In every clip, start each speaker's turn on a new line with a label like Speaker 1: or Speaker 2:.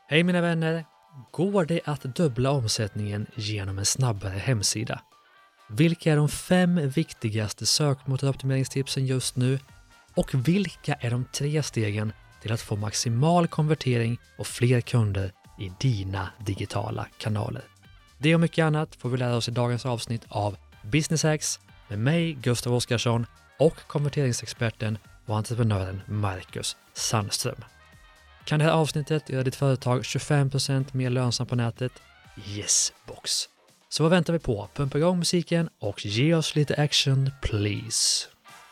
Speaker 1: Hej mina vänner! Går det att dubbla omsättningen genom en snabbare hemsida? Vilka är de 5 viktigaste sökmotoroptimeringstipsen just nu? Och vilka är de 3 stegen till att få maximal konvertering och fler kunder i dina digitala kanaler? Det och mycket annat får vi lära oss i dagens avsnitt av Business Hacks med mig, Gustav Oskarsson, och konverteringsexperten och entreprenören Marcus Sandström. Kan det här avsnittet göra ditt företag 25% mer lönsamt på nätet? Yes, box! Så vad väntar vi på? Pumpa igång musiken och ge oss lite action, please!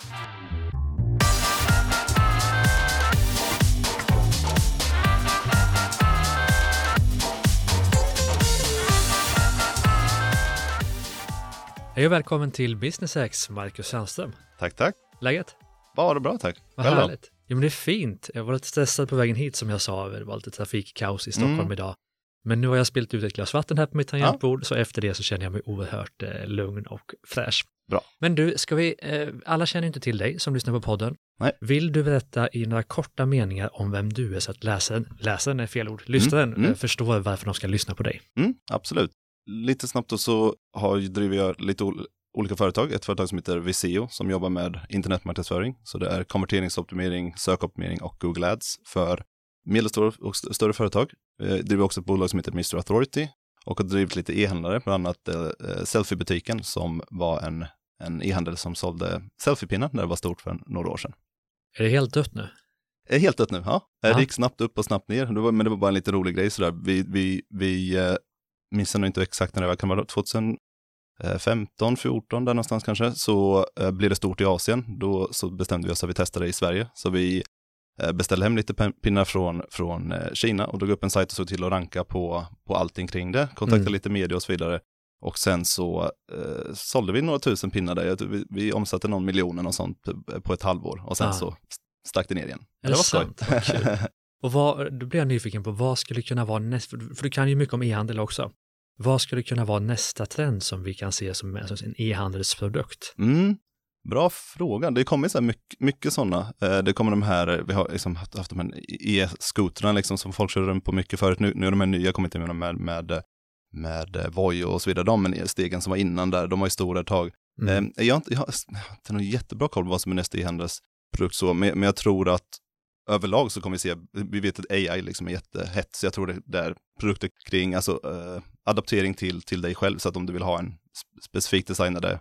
Speaker 1: Hej och välkommen till Business Hacks, Marcus Sandström.
Speaker 2: Tack.
Speaker 1: Läget?
Speaker 2: Bara bra, tack.
Speaker 1: Vad härligt. Jo, men det är fint. Jag var lite stressad på vägen hit som jag sa. Det var lite trafikkaos i Stockholm idag. Men nu har jag spillt ut ett glas vatten här på mitt tangentbord. Så efter det så känner jag mig oerhört lugn och fräsch.
Speaker 2: Bra.
Speaker 1: Men du, alla känner inte till dig som lyssnar på podden.
Speaker 2: Nej.
Speaker 1: Vill du berätta i några korta meningar om vem du är så att läsaren är fel ord, lyssnaren förstår varför de ska lyssna på dig?
Speaker 2: Absolut. Lite snabbt då så driver jag lite olika företag. Ett företag som heter Visio som jobbar med internetmarknadsföring. Så det är konverteringsoptimering, sökoptimering och Google Ads för medelstora och större företag. Driver också ett bolag som heter Mr. Authority och har drivit lite e-handlare, bland annat Selfie-butiken som var en e-handel som sålde selfiepinnar när det var stort för några år sedan.
Speaker 1: Är det helt dött nu?
Speaker 2: Helt dött nu, ja. Det gick snabbt upp och snabbt ner, men det var bara en lite rolig grej sådär. Vi minns nog inte exakt när det var, kan vara 2015, 14 där någonstans kanske, så blev det stort i Asien. Då så bestämde vi oss att vi testade det i Sverige. Så vi beställde hem lite pinnar från Kina och drog upp en sajt och såg till att ranka på allting kring det. Kontaktade lite media och så vidare. Och sen så sålde vi några tusen pinnar där. Vi omsatte någon miljon och sånt på ett halvår. Och sen så stack det ner igen.
Speaker 1: Det var sant. Och då blir jag nyfiken på vad skulle kunna vara för du kan ju mycket om e-handel också. Vad skulle kunna vara nästa trend som vi kan se som en e-handelsprodukt?
Speaker 2: Bra fråga. Det kommer så här mycket sådana. Det kommer de här, vi har liksom haft de här e-skotrarna liksom, som folk kör runt på mycket förut. Nu är de här nya, kommit in med Voi och så vidare. De stegen som var innan där, de var ju stora ett tag. Jag har inte någon jättebra koll på vad som är nästa e-handelsprodukt så, men jag tror att överlag så kommer vi vet att AI liksom är jättehett, så jag tror det är produkter kring alltså adaptering till dig själv, så att om du vill ha en specifikt designade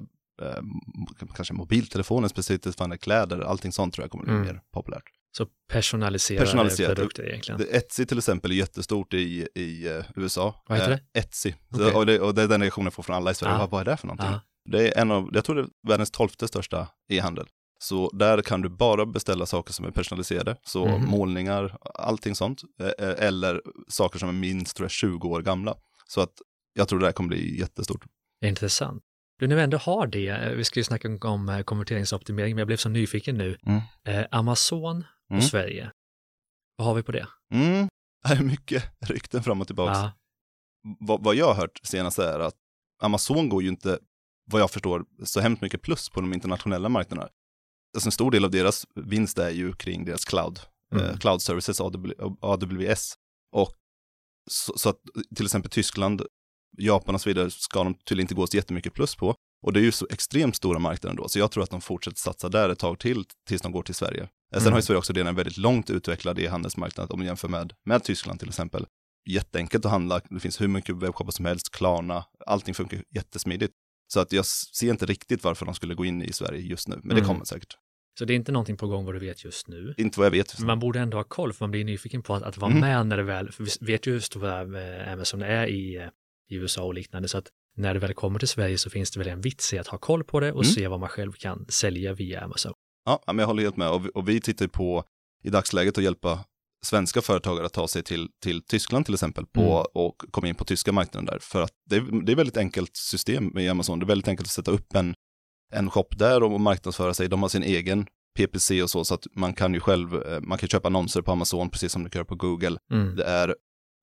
Speaker 2: kanske mobiltelefoner, specifikt designade kläder, allting sånt tror jag kommer bli mer populärt.
Speaker 1: Så personaliserade produkter egentligen.
Speaker 2: Etsy till exempel är jättestort i USA.
Speaker 1: Vad heter det?
Speaker 2: Etsy.
Speaker 1: Okay.
Speaker 2: Och det är den reaktionen jag får från alla i Sverige. Vad är det för någonting? Det är jag tror det är världens 12:e största e-handel. Så där kan du bara beställa saker som är personaliserade. Så målningar, allting sånt. Eller saker som är minst 20 år gamla. Så att jag tror det här kommer bli jättestort.
Speaker 1: Intressant. Du, när vi ändå har det, vi ska ju snacka om konverteringsoptimering, men jag blev så nyfiken nu. Amazon och Sverige. Vad har vi på det?
Speaker 2: Det är mycket rykten fram och tillbaka. Vad jag har hört senast är att Amazon går ju inte, vad jag förstår, så hemskt mycket plus på de internationella marknaderna. Alltså en stor del av deras vinst är ju kring deras cloud services, AWS. Och så att till exempel Tyskland, Japan och så vidare ska de tydligen inte gå så jättemycket plus på. Och det är ju så extremt stora marknader då. Så jag tror att de fortsätter satsa där ett tag tills de går till Sverige. Sen har ju Sverige också en väldigt långt utvecklad e-handelsmarknad om man jämför med Tyskland till exempel. Jätteenkelt att handla. Det finns hur mycket webbshoppar som helst, Klarna. Allting funkar jättesmidigt. Så att jag ser inte riktigt varför de skulle gå in i Sverige just nu. Men det kommer säkert.
Speaker 1: Så det är inte någonting på gång vad du vet just nu?
Speaker 2: Inte vad jag vet.
Speaker 1: Men man borde ändå ha koll, för man blir nyfiken på att vara med när det väl... För vi vet ju hur stora Amazon är i USA och liknande, så att när det väl kommer till Sverige så finns det väl en vits i att ha koll på det och se vad man själv kan sälja via Amazon. Ja,
Speaker 2: men jag håller helt med. Och vi tittar på i dagsläget att hjälpa svenska företagare att ta sig till Tyskland till exempel och komma in på tyska marknaden där. För att det är väldigt enkelt system med Amazon. Det är väldigt enkelt att sätta upp en shop där och marknadsföra sig. De har sin egen PPC och så att man kan ju själv, man kan köpa annonser på Amazon precis som du kan göra på Google. Det är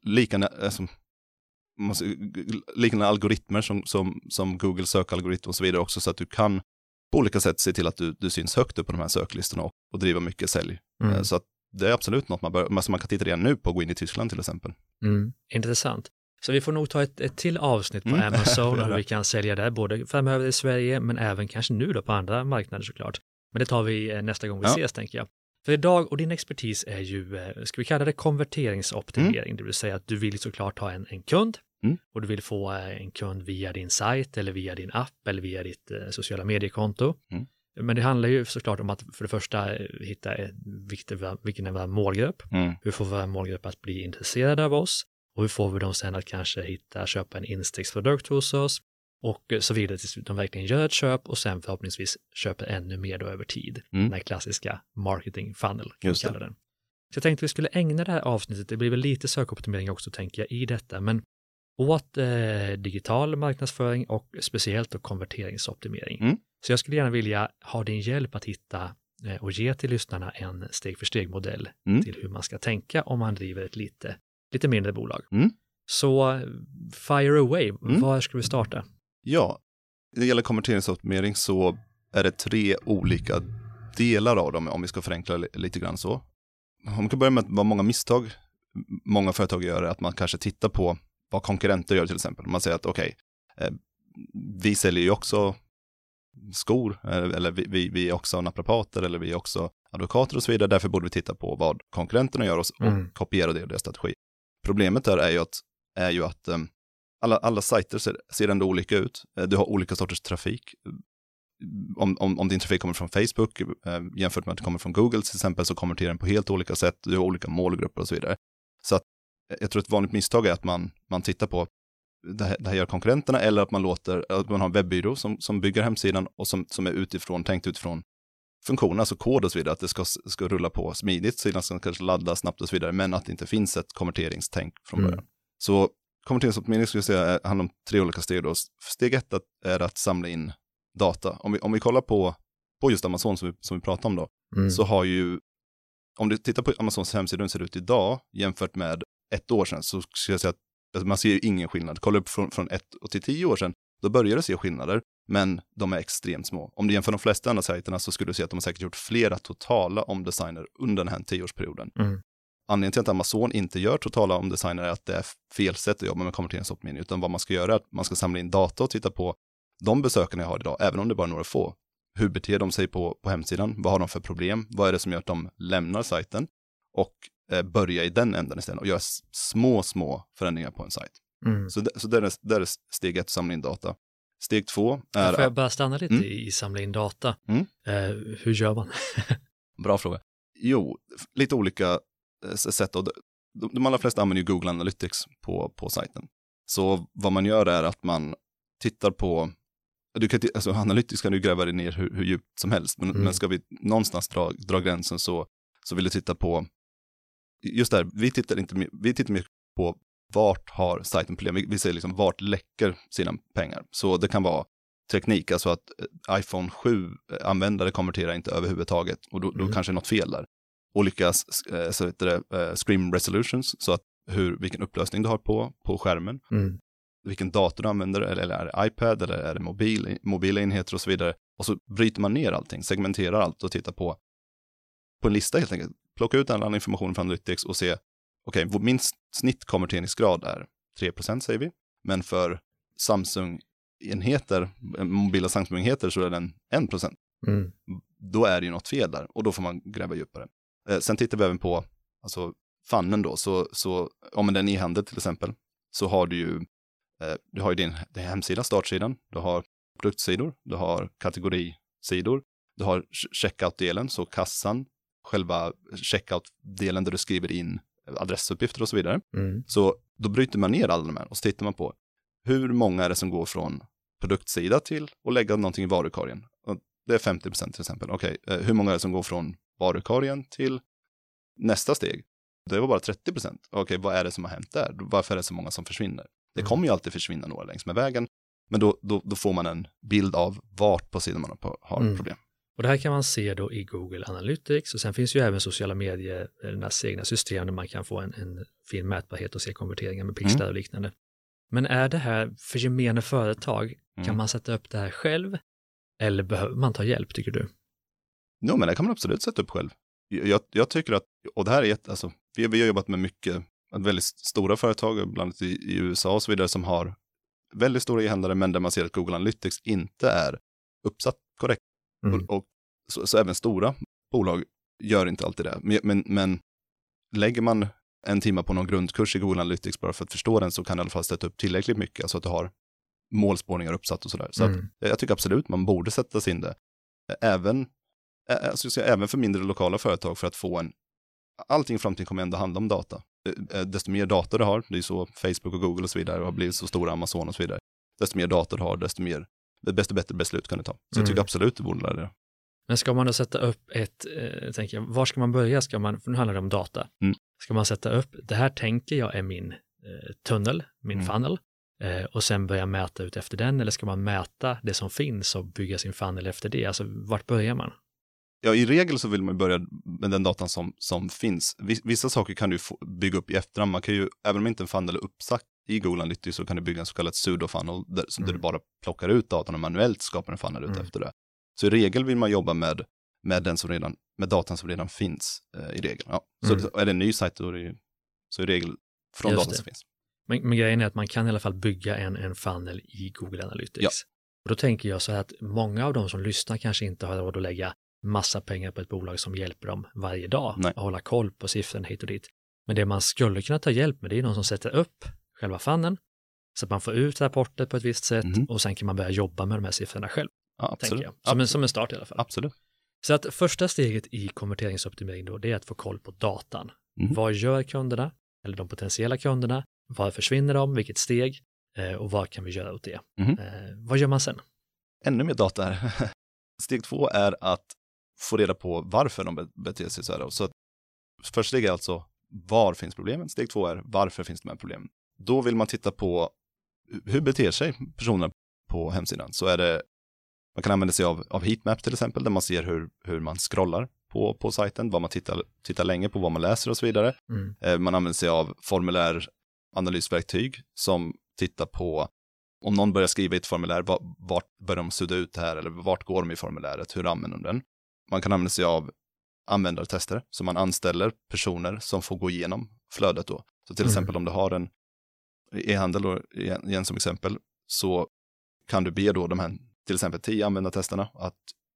Speaker 2: liknande algoritmer som Google sökalgoritm och så vidare också, så att du kan på olika sätt se till att du syns högt upp på de här söklistorna och driva mycket sälj. Så att det är absolut något man kan titta redan nu på att gå in i Tyskland till exempel.
Speaker 1: Intressant. Så vi får nog ta ett till avsnitt på Amazon och hur vi kan sälja där, både framöver i Sverige men även kanske nu då på andra marknader såklart. Men det tar vi nästa gång vi ses, tänker jag. För idag, och din expertis är ju, ska vi kalla det konverteringsoptimering, det vill säga att du vill såklart ha en kund och du vill få en kund via din sajt eller via din app eller via ditt sociala mediekonto. Men det handlar ju såklart om att för det första hitta vilken är vår målgrupp. Hur får vår målgrupp att bli intresserade av oss? Och hur får vi dem sen att kanske köpa en instegsprodukt hos oss? Och så vidare tills de verkligen gör ett köp och sen förhoppningsvis köper ännu mer då över tid. Den här klassiska marketing funnel kan man kalla den. Så jag tänkte vi skulle ägna det här avsnittet, det blir väl lite sökoptimering också tänker jag i detta, men åt digital marknadsföring och speciellt och konverteringsoptimering. Så jag skulle gärna vilja ha din hjälp att hitta och ge till lyssnarna en steg-för-steg-modell till hur man ska tänka om man driver ett lite mindre bolag. Så fire away, var ska vi starta?
Speaker 2: Ja, när det gäller konverteringsoptimering så är det 3 olika delar av dem, om vi ska förenkla lite grann så. Om vi kan börja med vad många misstag många företag gör, är att man kanske tittar på vad konkurrenter gör till exempel. Man säger att okej, vi säljer ju också skor, eller vi är också naprapater, eller vi är också advokater och så vidare. Därför borde vi titta på vad konkurrenterna gör och kopiera deras strategi. Problemet där är ju att alla sajter ser ändå olika ut. Du har olika sorters trafik. Om din trafik kommer från Facebook jämfört med att det kommer från Google till exempel, så konverterar den på helt olika sätt. Du har olika målgrupper och så vidare. Så att jag tror ett vanligt misstag är att man tittar på det här gör konkurrenterna, eller att man har en webbyrå som bygger hemsidan och som är tänkt utifrån funktioner, alltså kod och så vidare, att det ska rulla på smidigt, sidan ska kanske ladda snabbt och så vidare, men att det inte finns ett konverteringstänk från början. Så konverteringsoptimering skulle jag säga handlar om 3 olika steg då. Steg 1 är att samla in data. Om vi kollar på just Amazon som vi pratar om då, så har ju, om du tittar på Amazons hemsida hur den ser ut idag jämfört med 1 år sedan, så skulle jag säga att man ser ju ingen skillnad. Kollar upp från 1 till 10 år sedan, då börjar du se skillnader, men de är extremt små. Om du jämför de flesta andra sajterna så skulle du se att de har säkert gjort flera totala omdesigner under den här 10-årsperioden. Anledningen till att Amazon inte gör totala omdesigner är att det är fel sätt att jobba med konverteringsoptimering, utan vad man ska göra är att man ska samla in data och titta på de besökarna jag har idag, även om det bara är några få. Hur beter de sig på hemsidan? Vad har de för problem? Vad är det som gör att de lämnar sajten? Och börja i den änden istället och göra små förändringar på en sajt. Så där är steg 1, samla in data. Steg 2 är...
Speaker 1: Får jag bara stanna lite i samla in data? Hur gör man?
Speaker 2: Bra fråga. Jo, lite olika sätt. De allra flesta använder ju Google Analytics på sajten. Så vad man gör är att man tittar på... Alltså Analytics kan du gräva dig ner hur djupt som helst. Men ska vi någonstans dra gränsen så vill du titta på... Just där, vi tittar mycket på vart har sajten problem. Vi ser liksom vart läcker sina pengar. Så det kan vara teknik, alltså att iPhone 7 användare konverterar inte överhuvudtaget. Och då kanske är något fel där. Olika screen resolutions, så att vilken upplösning du har på skärmen. Vilken dator du använder, eller är det iPad, eller är det mobila enheter och så vidare. Och så bryter man ner allting, segmenterar allt och tittar på en lista helt enkelt. Plocka ut all information från Analytics och se, okej, min snittkonverteringsgrad är 3% säger vi. Men för Samsung-enheter, mobila Samsung-enheter, så är den 1%. Då är det ju något fel där och då får man gräva djupare. Sen tittar vi även på funneln då. Så om den är e-handel till exempel, så har du ju din hemsida, startsidan, du har produktsidor, du har kategorisidor, du har checkout-delen, så kassan, själva checkout-delen där du skriver in adressuppgifter och så vidare. Så då bryter man ner alla de här och så tittar man på hur många är det som går från produktsida till att lägga någonting i varukorgen. Och det är 50% till exempel. Okej, hur många är det som går från varukorgen till nästa steg? Det var bara 30%. Okej, vad är det som har hänt där? Varför är det så många som försvinner? Det kommer ju alltid försvinna några längs med vägen. Men då får man en bild av vart på sidan man har problem.
Speaker 1: Och det här kan man se då i Google Analytics, och sen finns ju även sociala medier, deras egna system där man kan få en fin mätbarhet och se konverteringar med pixlar och liknande. Men är det här för gemene företag, kan man sätta upp det här själv eller behöver man ta hjälp, tycker du?
Speaker 2: Jo, men det kan man absolut sätta upp själv. Jag tycker att, och det här är alltså, vi har jobbat med mycket, väldigt stora företag, bland annat i USA och så vidare, som har väldigt stora e-handlare, men där man ser att Google Analytics inte är uppsatt korrekt. Och så även stora bolag gör inte alltid det. Men lägger man en timme på någon grundkurs i Google Analytics bara för att förstå den, så kan du i alla fall sätta upp tillräckligt mycket så att du har målspårningar uppsatt och sådär. Så att, jag tycker absolut man borde sätta sig in det. Även för mindre lokala företag, för att få allting i framtiden kommer ändå handla om data. Desto mer data du har, det är så Facebook och Google och så vidare har blivit så stora, Amazon och så vidare. Desto mer data du har, desto bättre beslut kan du ta. Så jag tycker absolut du borde lära det.
Speaker 1: Men ska man då sätta upp var ska man börja? För nu handlar det om data. Ska man sätta upp, det här tänker jag är min tunnel, min funnel, och sen börja mäta ut efter den, eller ska man mäta det som finns och bygga sin funnel efter det? Alltså vart börjar man?
Speaker 2: Ja, i regel så vill man börja med den datan som finns. Vissa saker kan du bygga upp i efterhand. Man kan ju, även om inte en funnel är uppsatt i Google Analytics, så kan du bygga en så kallad pseudo-funnel där du bara plockar ut datan och manuellt skapar en funnel ut efter det. Så i regel vill man jobba med datan som redan finns i regel. Ja. Så är det en ny sajt så är det i regel från datan som finns.
Speaker 1: Men grejen är att man kan i alla fall bygga en funnel i Google Analytics. Ja. Och då tänker jag så här att många av de som lyssnar kanske inte har råd att lägga massa pengar på ett bolag som hjälper dem varje dag att hålla koll på siffrorna hit och dit. Men det man skulle kunna ta hjälp med, det är någon som sätter upp själva funneln så att man får ut rapporter på ett visst sätt och sen kan man börja jobba med de här siffrorna själv. Ja, absolut. Som en start i alla fall.
Speaker 2: Absolut.
Speaker 1: Så att första steget i konverteringsoptimering då, det är att få koll på datan. Vad gör kunderna eller de potentiella kunderna? Var försvinner de? Vilket steg? Och vad kan vi göra åt det? Vad gör man sen?
Speaker 2: Ännu mer data här. Steg 2 är att få reda på varför de beter sig så här. Så att första steg är alltså var finns problemen? Steg 2 är varför finns de här problemen? Då vill man titta på hur beter sig personerna på hemsidan. Så är det, man kan använda sig av heatmap till exempel, där man ser hur man scrollar på sajten, vad man tittar länge på, vad man läser och så vidare. Man använder sig av formuläranalysverktyg som tittar på om någon börjar skriva i ett formulär, vart börjar de sudda ut här, eller vart går de i formuläret, hur använder de den? Man kan använda sig av användartester, så man anställer personer som får gå igenom flödet då. Så till exempel om du har en e-handel, och igen som exempel, så kan du be då de här, till exempel 10 användartesterna, att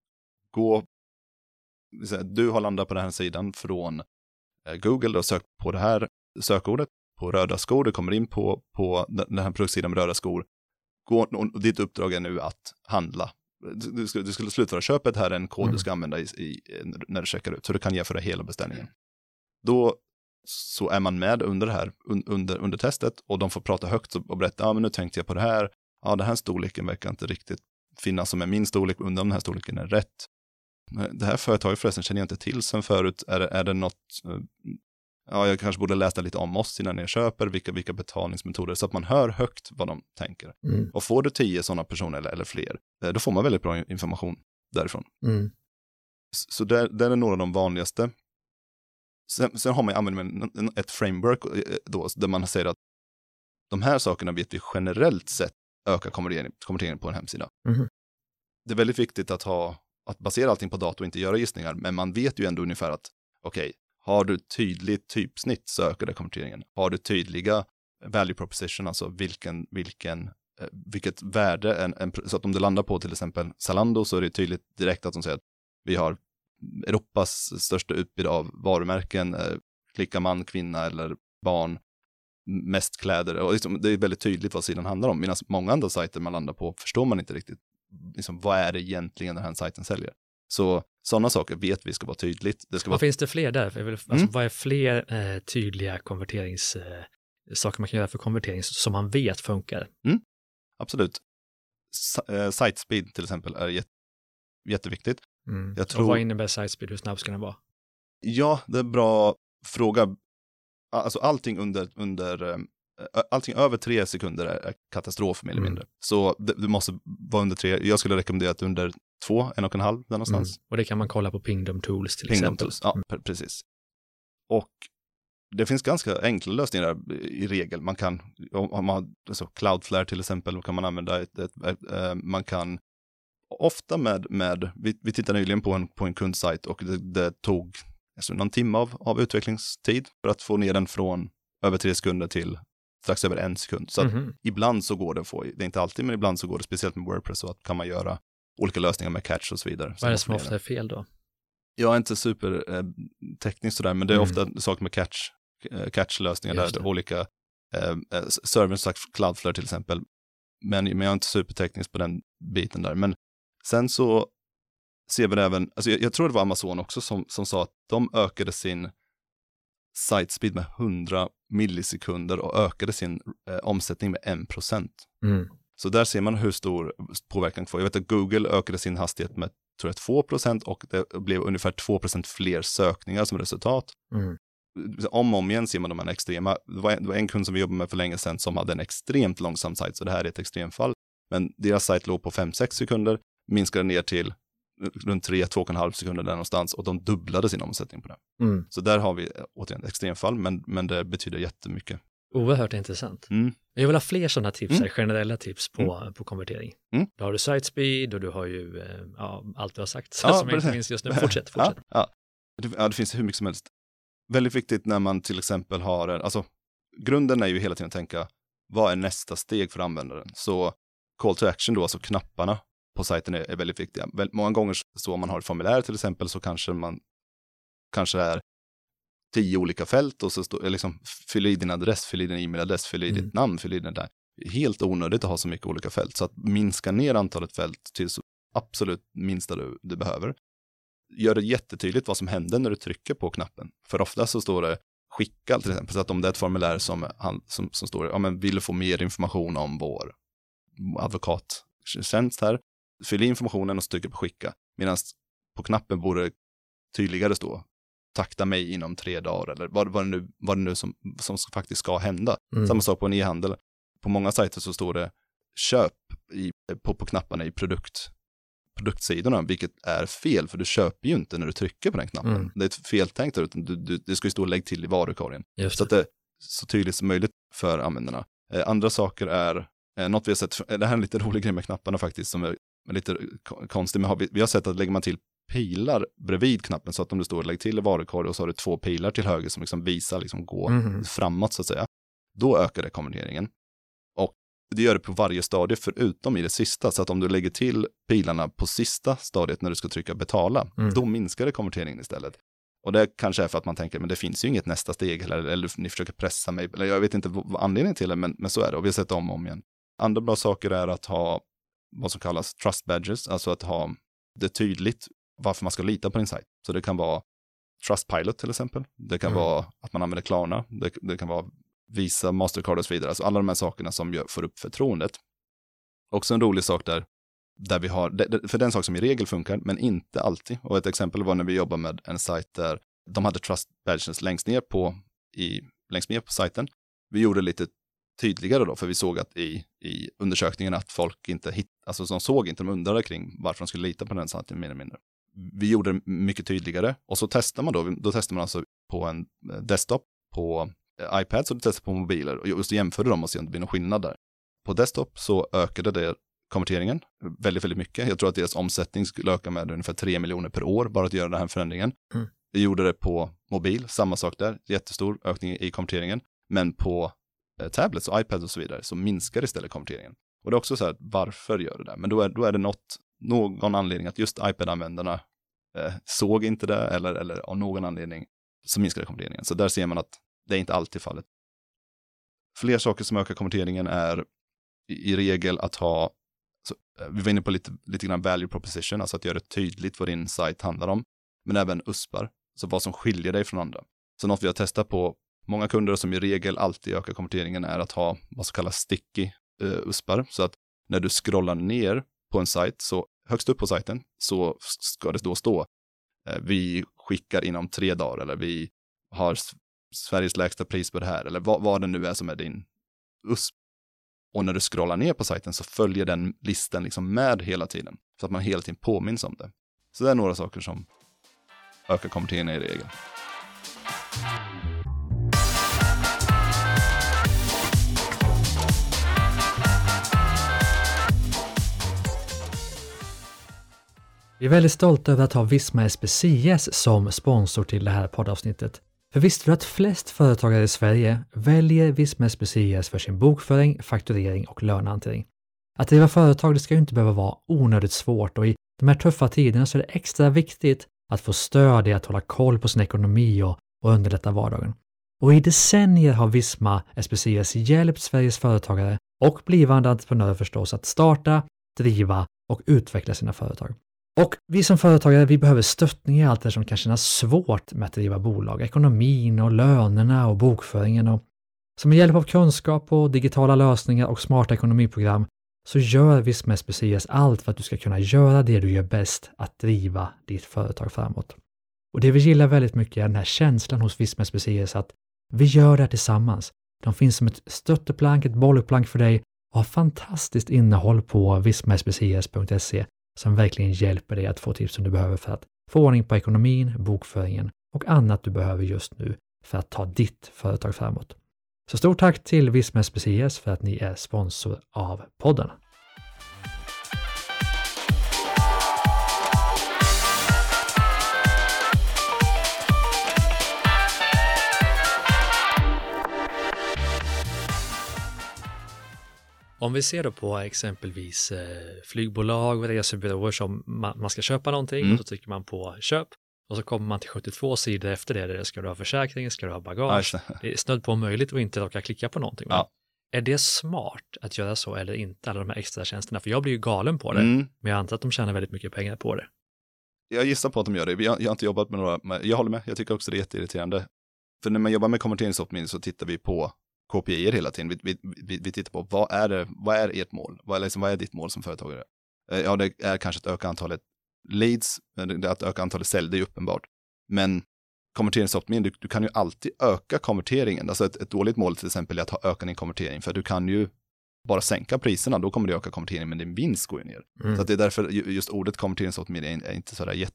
Speaker 2: du har landat på den här sidan från Google och sökt på det här sökordet på röda skor, du kommer in på den här produktsidan med röda skor. Ditt uppdrag är nu att handla. Du skulle slutföra köpet, här är en kod du ska använda när du checkar ut, så du kan jämföra hela beställningen. Då så är man med under det här, under testet, och de får prata högt och berätta, men nu tänkte jag på det här, den här storleken verkar inte riktigt finnas som är min storlek, undrar om den här storleken är rätt. Det här företaget förresten känner jag inte till sen förut, är det något, jag kanske borde läsa lite om oss innan jag köper, vilka betalningsmetoder, så att man hör högt vad de tänker. Och får du 10 sådana personer eller fler, då får man väldigt bra information därifrån. Så det är några av de vanligaste. Sen har man använt ett framework då, där man säger att de här sakerna vet vi generellt sett ökar konverteringen på en hemsida. Det är väldigt viktigt att basera allting på data och inte göra gissningar, men man vet ju ändå ungefär att har du tydligt typsnitt så ökar det konverteringen. Har du tydliga value proposition, alltså vilket värde, så att om du landar på till exempel Zalando, så är det tydligt direkt att de säger att vi har Europas största utbud av varumärken, klicka man, kvinna eller barn, mest kläder, och liksom, det är väldigt tydligt vad sidan handlar om, medan många andra sajter man landar på förstår man inte riktigt liksom, vad är det egentligen den här sajten säljer. Så sådana saker vet vi ska vara tydligt.
Speaker 1: Vad finns det fler där? Alltså, vad är fler tydliga saker man kan göra för konvertering som man vet funkar?
Speaker 2: Absolut. Site speed till exempel är jätteviktigt.
Speaker 1: Och vad innebär site speed? Hur snabb ska den vara?
Speaker 2: Ja, det är en bra fråga. Alltså allting allting över 3 sekunder är katastrof mer eller mindre. Så det måste vara under 3. Jag skulle rekommendera att under 2, 1,5 där någonstans.
Speaker 1: Och det kan man kolla på Pingdom Tools till exempel.
Speaker 2: Tools, ja, precis. Och det finst ganska enkla lösningar i regel. Man kan, om man har Cloudflare till exempel, kan man använda man kan ofta vi tittade nyligen på en kundsajt, och det tog alltså någon timme av utvecklingstid för att få ner den från över 3 sekunder till strax över 1 sekund. Så att ibland så går det att få, det är inte alltid, men ibland så går det, speciellt med WordPress, så att kan man göra olika lösningar med catch och så vidare.
Speaker 1: Vad är det som ofta är fel då?
Speaker 2: Jag är inte super tekniskt sådär, men det är ofta saker med catch-lösningar där olika servern, sagt Cloudflare till exempel. Men jag är inte superteknisk på den biten där. Men sen så ser vi det även, alltså jag tror det var Amazon också som sa att de ökade sin site speed med 100 millisekunder och ökade sin omsättning med 1%. Så där ser man hur stor påverkan får. Jag vet att Google ökade sin hastighet med, tror jag, 2% och det blev ungefär 2% fler sökningar som resultat. Om och om igen ser man de här extrema. Det var en kund som vi jobbade med för länge sedan som hade en extremt långsam sajt, så det här är ett extremfall. Men deras sajt låg på 5-6 sekunder, minskade ner till runt 3-2,5 sekunder där någonstans, och de dubblade sin omsättning på det. Så där har vi återigen ett extremfall, men det betyder jättemycket.
Speaker 1: Oerhört intressant. Jag vill ha fler sådana tips, generella tips på konvertering. Då har du site speed och du har ju allt du har sagt som jag inte minns just nu. Fortsätt.
Speaker 2: Det finns hur mycket som helst. Väldigt viktigt när man till exempel har, alltså grunden är ju hela tiden att tänka, vad är nästa steg för användaren? Så call to action då, alltså knapparna på sajten är väldigt viktiga. Många gånger så om man har ett formulär till exempel, så kanske är 10 olika fält och så står liksom fyll i din adress, fyll i din e-mailadress, fyll i ditt namn, fyll i den där. Helt onödigt att ha så mycket olika fält. Så att minska ner antalet fält till så absolut minsta du behöver. Gör det jättetydligt vad som händer när du trycker på knappen. För ofta så står det skicka till exempel, så att om det är ett formulär som står, ja men vill få mer information om vår advokattjänst här, fyll i informationen och trycker på skicka. Medan på knappen borde tydligare stå takta mig inom 3 dagar eller vad det nu som faktiskt ska hända. Samma sak på en e-handel. På många sajter så står det köp på knapparna i produktsidorna, vilket är fel, för du köper ju inte när du trycker på den knappen. Det är ett feltänkt, utan du ska ju stå och lägga till i varukorgen. Så att det är så tydligt som möjligt för användarna. Andra saker är något vi har sett, det här är en lite rolig grej med knapparna faktiskt, som är lite konstigt, men vi har sett att lägger man till pilar bredvid knappen, så att om du står och lägger till i varukorg och så har du 2 pilar till höger som liksom visar liksom gå framåt så att säga, då ökar det konverteringen. Och det gör det på varje stadie förutom i det sista, så att om du lägger till pilarna på sista stadiet när du ska trycka betala, då minskar det konverteringen istället. Och det kanske är för att man tänker, men det finns ju inget nästa steg, eller ni försöker pressa mig, eller jag vet inte vad anledningen till det, men så är det, och vi har sett om och om igen. Andra bra saker är att ha vad som kallas trust badges, alltså att ha det tydligt varför man ska lita på din sajt. Så det kan vara Trustpilot till exempel. Det kan vara att man använder Klarna. Det kan vara Visa, Mastercard och så vidare. Alltså alla de här sakerna som får upp förtroendet. Också en rolig sak där vi har, för den sak som i regel funkar, men inte alltid. Och ett exempel var när vi jobbade med en sajt där de hade trust badges längst ner på sajten. Vi gjorde lite tydligare då, för vi såg att i undersökningen att folk inte alltså de såg inte, de undrade kring varför de skulle lita på den sajten mer eller mindre. Vi gjorde det mycket tydligare, och så testar man då testar man alltså på en desktop, på iPads, och testar på mobiler, och just jämförde dem och se om det blir någon skillnad där. På desktop så ökade det konverteringen väldigt, väldigt mycket. Jag tror att deras omsättning skulle öka med ungefär 3 miljoner per år bara att göra den här förändringen. Vi gjorde det på mobil, samma sak där, jättestor ökning i konverteringen, men på tablets och iPads och så vidare så minskar istället konverteringen. Och det är också så här, varför gör det där? Men då är det någon anledning att just iPad-användarna såg inte det, eller av någon anledning så minskar det konverteringen. Så där ser man att det är inte alltid fallet. Fler saker som ökar konverteringen är i regel att ha, vi var inne på lite grann value proposition, alltså att göra det tydligt vad din sajt handlar om, men även USPar, så vad som skiljer dig från andra. Så något vi har testat på många kunder som i regel alltid ökar konverteringen är att ha vad som kallas sticky USPar, så att när du scrollar ner på en sajt, så högst upp på sajten så ska det då stå vi skickar inom 3 dagar, eller vi har Sveriges lägsta pris på det här, eller vad det nu är som är din USP. Och när du scrollar ner på sajten så följer den listan liksom med hela tiden, så att man hela tiden påminns om det. Så det är några saker som ökar konverteringen i regel.
Speaker 1: Vi är väldigt stolta över att ha Visma SPCS som sponsor till det här poddavsnittet. För visste du att flest företagare i Sverige väljer Visma SPCS för sin bokföring, fakturering och lönehantering? Att driva företag, det ska ju inte behöva vara onödigt svårt, och i de här tuffa tiderna så är det extra viktigt att få stöd i att hålla koll på sin ekonomi och underlätta vardagen. Och i decennier har Visma SPCS hjälpt Sveriges företagare och blivande entreprenörer förstås att starta, driva och utveckla sina företag. Och vi som företagare, vi behöver stöttning i allt det som kan kännas svårt med att driva bolag. Ekonomin och lönerna och bokföringen. Och som med hjälp av kunskap och digitala lösningar och smarta ekonomiprogram så gör Visma SPCS allt för att du ska kunna göra det du gör bäst, att driva ditt företag framåt. Och det vi gillar väldigt mycket är den här känslan hos Visma SPCS att vi gör det här tillsammans. De finns som ett stötteplank, ett bollplank för dig och har fantastiskt innehåll på vismaspcs.se som verkligen hjälper dig att få tips som du behöver för att få ordning på ekonomin, bokföringen och annat du behöver just nu för att ta ditt företag framåt. Så stort tack till Visma SPCS för att ni är sponsor av podden. Om vi ser då på exempelvis flygbolag och resebyråer som man ska köpa någonting och så trycker man på köp och så kommer man till 72 sidor efter det. Ska du ha försäkring, ska du ha bagage? Det är snudd på möjligt att inte råka klicka på någonting. Ja. Är det smart att göra så eller inte, alla de här extra tjänsterna? För jag blir ju galen på det, men jag antar att de tjänar väldigt mycket pengar på det.
Speaker 2: Jag gissar på att de gör det. Jag har inte jobbat med några, men jag håller med. Jag tycker också det är jätteirriterande. För när man jobbar med konverteringsoptimering så tittar vi på KPI:er hela tiden. Vi tittar på vad är ert mål? Vad är ditt mål som företagare? Ja, det är kanske att öka antalet leads, att öka antalet sälj, det är uppenbart. Men konverteringsoptimering, du kan ju alltid öka konverteringen. Alltså ett dåligt mål till exempel är att ha ökad din konvertering, för du kan ju bara sänka priserna, då kommer det öka konverteringen, men din vinst går ju ner. Så att det är därför just ordet konverteringsoptimering är inte sådär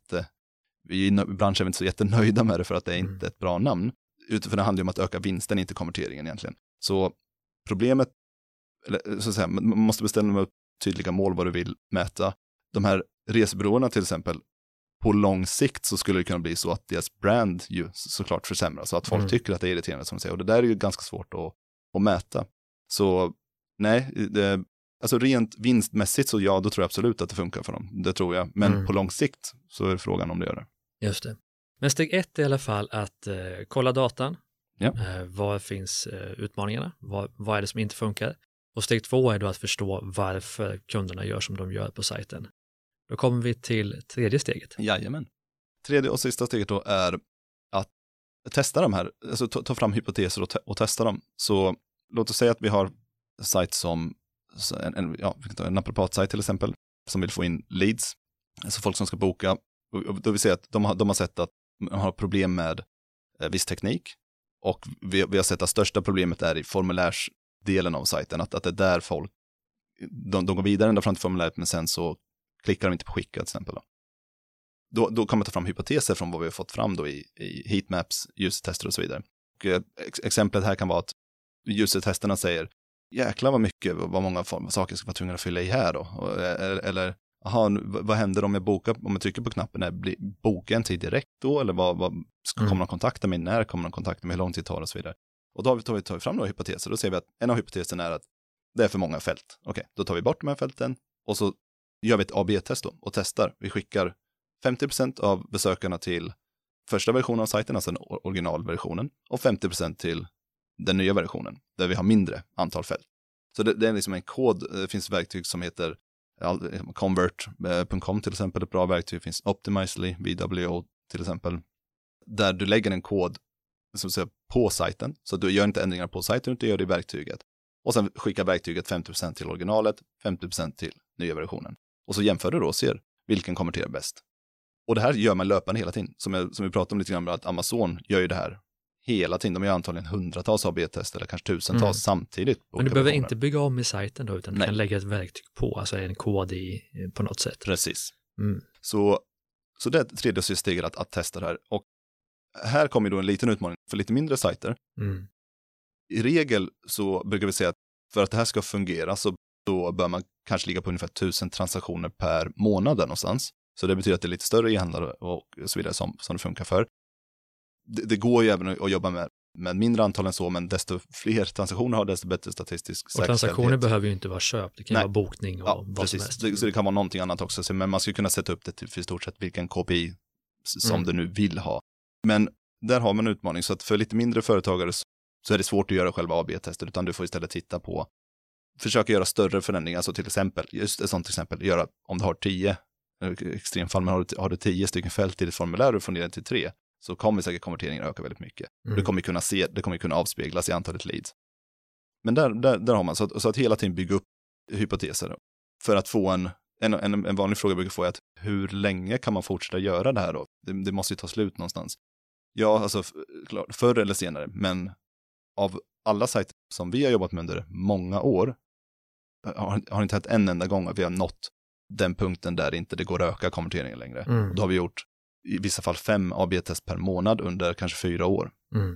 Speaker 2: vi i branschen är inte så jättenöjda med det för att det är inte ett bra namn. Utifrån det handlar ju om att öka vinsten, inte konverteringen egentligen. Så problemet, eller så att säga, man måste bestämma upp tydliga mål vad du vill mäta. De här resebyråerna till exempel, på lång sikt så skulle det kunna bli så att deras brand ju såklart försämras. Så att folk tycker att det är irriterande som de säger. Och det där är ju ganska svårt att mäta. Så nej, alltså rent vinstmässigt så ja, då tror jag absolut att det funkar för dem. Det tror jag. Men på lång sikt så är frågan om det gör det.
Speaker 1: Just det. Men steg 1 är i alla fall att kolla datan.
Speaker 2: Ja.
Speaker 1: Var finns utmaningarna? Vad är det som inte funkar? Och steg 2 är då att förstå varför kunderna gör som de gör på sajten. Då kommer vi till tredje steget.
Speaker 2: Jajamän. Tredje och sista steget då är att testa de här, alltså ta fram hypoteser och testa dem. Så låt oss säga att vi har sajt som en naprapatsajt till exempel, som vill få in leads, alltså folk som ska boka. Och då vill säga att de har sett att man har problem med viss teknik, och vi har sett att största problemet är i formulärsdelen av sajten, att det är där folk de går vidare ända fram till formuläret, men sen så klickar de inte på skicka till exempel. Då kan man ta fram hypoteser från vad vi har fått fram då i heatmaps, user-tester och så vidare. Och exemplet här kan vara att user-testerna säger jäklar vad många saker ska vara tvungna att fylla i här då. Eller vad händer om jag trycker på knappen, bokar en tid direkt då, eller kommer de kontakta mig, när kommer de kontakta mig, hur lång tid tar det och så vidare. Och då har vi tagit fram några hypoteser. Då ser vi att en av hypoteserna är att det är för många fält. Okej, då tar vi bort de här fälten och så gör vi ett AB-test då och testar. Vi skickar 50% av besökarna till första versionen av sajten, alltså den originalversionen, och 50% till den nya versionen, där vi har mindre antal fält. Så det är liksom en kod. Det finns verktyg som heter Convert.com till exempel, ett bra verktyg. Det finns Optimizely, VWO till exempel, där du lägger en kod som säger, på sajten. Så du gör inte ändringar på sajten, utan du gör det i verktyget. Och sen skickar verktyget 50% till originalet, 50% till nya versionen. Och så jämför du då och ser vilken konverterar bäst. Och det här gör man löpande hela tiden. Som vi pratade om lite grann, att Amazon gör ju det här hela tiden. De gör antagligen hundratals AB-tester eller kanske tusentals samtidigt.
Speaker 1: Men du behöver inte bygga om i sajten då, utan du kan lägga ett verktyg på, alltså en kod på något sätt.
Speaker 2: Precis. Så det är tredje steget att testa det här. Och här kommer då en liten utmaning för lite mindre sajter. I regel så brukar vi säga att för att det här ska fungera så då bör man kanske ligga på ungefär 1000 transaktioner per månad där någonstans. Så det betyder att det är lite större e-handlare och så vidare som det funkar för. Det går ju även att jobba med mindre antal än så, men desto fler transaktioner har, desto bättre statistisk säkerhet.
Speaker 1: Och transaktioner behöver ju inte vara köp, det kan ju vara bokning och vad som helst.
Speaker 2: Så det kan vara någonting annat också, men man ska kunna sätta upp det till för i stort sett vilken KPI som du nu vill ha. Men där har man en utmaning, så att för lite mindre företagare så är det svårt att göra själva AB-tester, utan du får istället titta på, försöka göra större förändringar, så till exempel, just ett sånt exempel, göra, om du har 10, extremfall, men har du 10 stycken fält i ditt formulär och får ner det till 3, så kommer säkert konverteringen öka väldigt mycket. Du kommer kunna se, det kommer kunna avspeglas i antalet leads. Men där har man, så att hela tiden bygga upp hypoteser. För att få en vanlig fråga jag brukar få är att hur länge kan man fortsätta göra det här då? Det måste ju ta slut någonstans. Ja, alltså förr eller senare, men av alla sajter som vi har jobbat med under många år har inte hänt en enda gång att vi har nått den punkten där inte det går att öka konverteringen längre. Och då har vi gjort i vissa fall 5 AB-test per månad under kanske 4 år.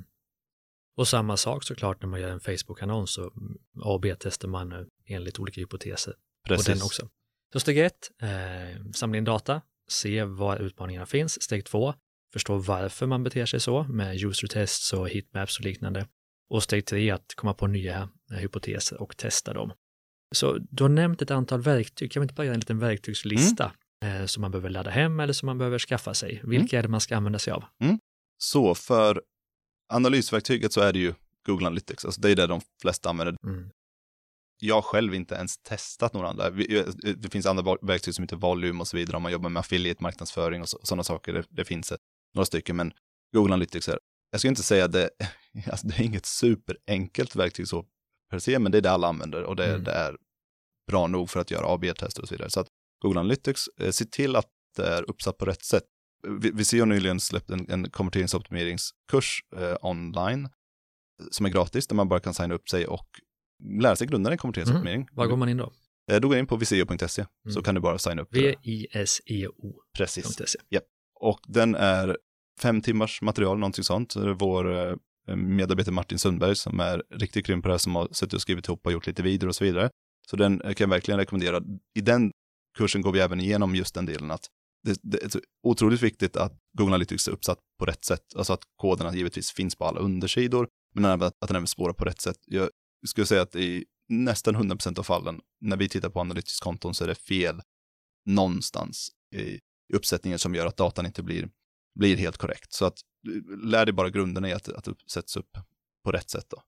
Speaker 1: Och samma sak såklart när man gör en Facebook-annons, så AB-testar man enligt olika hypoteser.
Speaker 2: Precis.
Speaker 1: Och den också. Så steg 1, samla in data, se var utmaningarna finns. Steg 2, förstå varför man beter sig så med user tests och heatmaps och liknande. Och steg 3, att komma på nya hypoteser och testa dem. Så du har nämnt ett antal verktyg. Kan vi inte bara göra en liten verktygslista som man behöver ladda hem eller som man behöver skaffa sig? Vilka är det man ska använda sig av?
Speaker 2: Så för analysverktyget så är det ju Google Analytics. Alltså det är det de flesta använder. Jag har själv inte ens testat några andra. Det finns andra verktyg som heter Volume och så vidare. Om man jobbar med affiliate-marknadsföring och sådana saker. Det finns några stycken, men Google Analytics är, jag ska inte säga att det är inget superenkelt verktyg så per se, men det är det alla använder och det är bra nog för att göra AB-tester och så vidare. Så att Google Analytics, se till att det är uppsatt på rätt sätt. Vi ser ju nyligen släppt en konverteringsoptimeringskurs online som är gratis, där man bara kan signa upp sig och lära sig grunderna i konverteringsoptimering.
Speaker 1: Var går man in då?
Speaker 2: Då går in på viseo.se så kan du bara signa upp.
Speaker 1: viseo.se.
Speaker 2: Precis. Yep. Och den är 5 timmars material, någonting sånt. Vår medarbetare Martin Sundberg som är riktigt grym på det här, som har suttit och skrivit ihop och gjort lite videor och så vidare. Så den kan jag verkligen rekommendera. I den kursen går vi även igenom just den delen att det är så otroligt viktigt att Google Analytics är uppsatt på rätt sätt. Alltså att koderna givetvis finns på alla undersidor, men att den även spårar på rätt sätt. Jag skulle säga att i nästan 100% av fallen när vi tittar på Analytics-konton så är det fel någonstans i uppsättningen som gör att datan inte blir helt korrekt. Så att lär dig bara grunderna i att det sätts upp på rätt sätt då.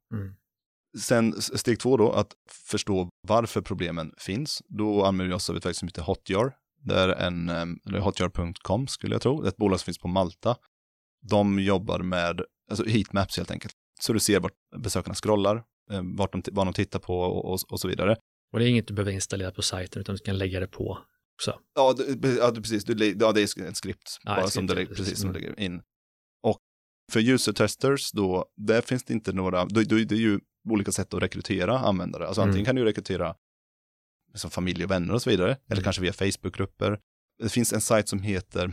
Speaker 2: Sen steg 2 då, att förstå varför problemen finns. Då använder vi oss av ett verktyg som heter Hotjar. Det är hotjar.com skulle jag tro. Det är ett bolag som finns på Malta. De jobbar med heatmaps helt enkelt. Så du ser vart besökarna scrollar, vad de tittar på och så vidare. Och
Speaker 1: det är inget du behöver installera på sajten, utan du kan lägga det på också.
Speaker 2: Ja, precis. Det är ett skript bara som du lägger in. Och för user testers då, där finns det inte några, det är ju olika sätt att rekrytera användare. Alltså antingen kan du rekrytera som familj och vänner och så vidare, eller kanske via Facebookgrupper. Det finns en sajt som heter,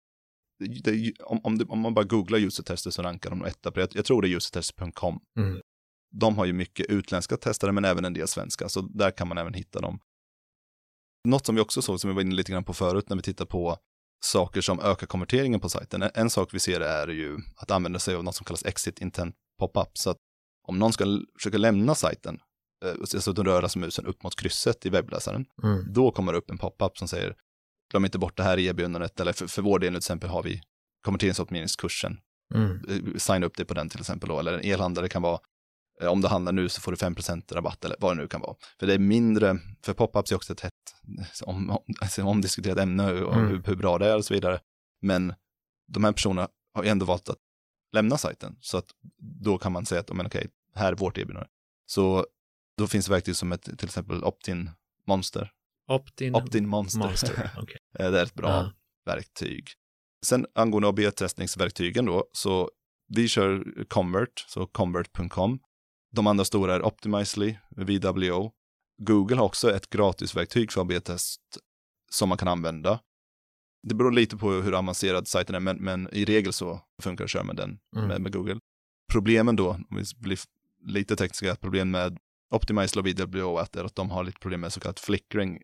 Speaker 2: om man bara googlar user testers så rankar de etta på det. Jag tror det är usertesters.com. De har ju mycket utländska testare men även en del svenska, så där kan man även hitta dem. Något som vi också såg, som vi var inne lite grann på förut när vi tittar på saker som ökar konverteringen på sajten. En sak vi ser är ju att använda sig av något som kallas exit intent pop-up. Så att om någon ska försöka lämna sajten, så att de rör sig musen upp mot krysset i webbläsaren, då kommer det upp en pop-up som säger glöm inte bort det här erbjudandet, eller för vår del till exempel har vi konverteringsoptimeringskursen. Signa upp det på den till exempel då, eller en elhandlare kan vara om du handlar nu så får du 5% rabatt eller vad det nu kan vara. För det är mindre, för pop-ups är också ett omdiskuterat ämne och hur bra det är och så vidare. Men de här personerna har ändå valt att lämna sajten. Så att då kan man säga att okej, här är vårt erbjudande. Så då finns det verktyg som ett till exempel Opt-in Monster. Opt-in Monster.
Speaker 1: Okay.
Speaker 2: Det är ett bra verktyg. Sen angående AB-testningsverktygen då, så vi kör Convert, så convert.com. De andra stora är Optimizely, VWO. Google har också ett gratisverktyg för AB-test som man kan använda. Det beror lite på hur avancerad sajten är, men i regel så funkar det att köra med den med Google. Problemen då, om vi blir lite tekniska, problem med Optimizely och VWO är att de har lite problem med så kallat flickering, att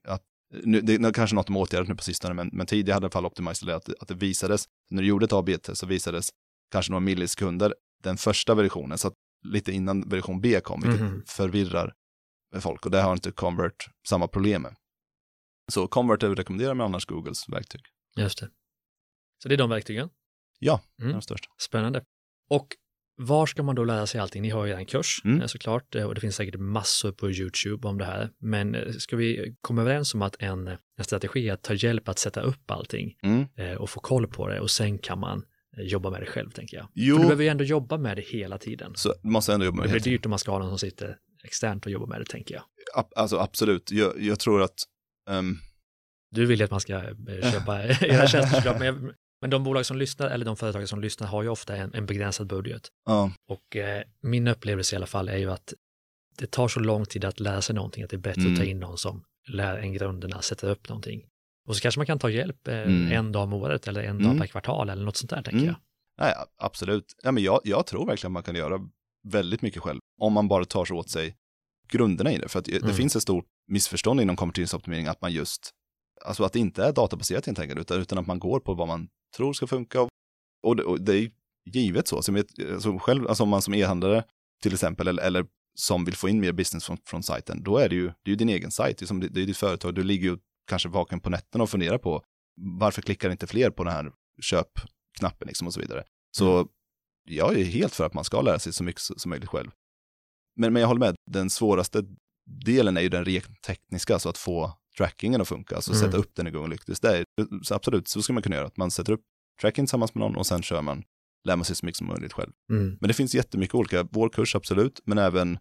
Speaker 2: det är kanske något de åtgärdat nu på sistone, men tidigare hade i alla fall Optimizer att det visades, när du gjorde ett AB-test så visades kanske några millisekunder den första versionen, så att lite innan version B kom, vilket förvirrar folk, och det har inte Convert samma problem med. Så Convert är rekommenderar med annars Googles verktyg.
Speaker 1: Just det. Så det är de verktygen?
Speaker 2: Ja, det är de största.
Speaker 1: Spännande. Och var ska man då lära sig allting? Ni har ju en kurs såklart, och det finns säkert massor på YouTube om det här. Men ska vi komma överens om att en strategi är att ta hjälp att sätta upp allting och få koll på det, och sen kan man jobba med det själv, tänker jag.
Speaker 2: Jo.
Speaker 1: För du behöver ju ändå jobba med det hela tiden.
Speaker 2: Så du måste ändå jobba med det.
Speaker 1: Det blir dyrt om man ska ha någon som sitter externt och jobbar med det, tänker jag.
Speaker 2: Alltså absolut. Jag tror att...
Speaker 1: Du vill ju att man ska köpa era tjänster, men de bolag som lyssnar, eller de företag som lyssnar, har ju ofta en begränsad budget.
Speaker 2: Ja.
Speaker 1: Och min upplevelse i alla fall är ju att det tar så lång tid att lära sig någonting, att det är bättre att ta in någon som lär en grunderna, sätter upp någonting. Och så kanske man kan ta hjälp en dag om året eller en dag per kvartal eller något sånt där, tänker jag.
Speaker 2: Nej, absolut. Ja, men jag tror verkligen att man kan göra väldigt mycket själv om man bara tar sig åt sig grunderna i det. För att det finns ett stort missförstånd inom konverteringsoptimering att man just, alltså att det inte är databaserat helt enkelt, utan att man går på vad man tror ska funka. Och det är givet så. Som själv, alltså om man som e-handlare till exempel, eller som vill få in mer business från sajten, då är det är din egen sajt. Det är ditt företag. Du ligger ju kanske vaken på nätterna och funderar på varför klickar inte fler på den här köpknappen liksom och så vidare. Så jag är helt för att man ska lära sig så mycket som möjligt själv. Men jag håller med, den svåraste delen är ju den rent tekniska, så att få trackingen att funka, alltså sätta upp den i Google Analytics. Så absolut, så ska man kunna göra, att man sätter upp tracking tillsammans med någon och sen lär man sig så mycket som möjligt själv. Men det finns jättemycket olika, vår kurs absolut, men även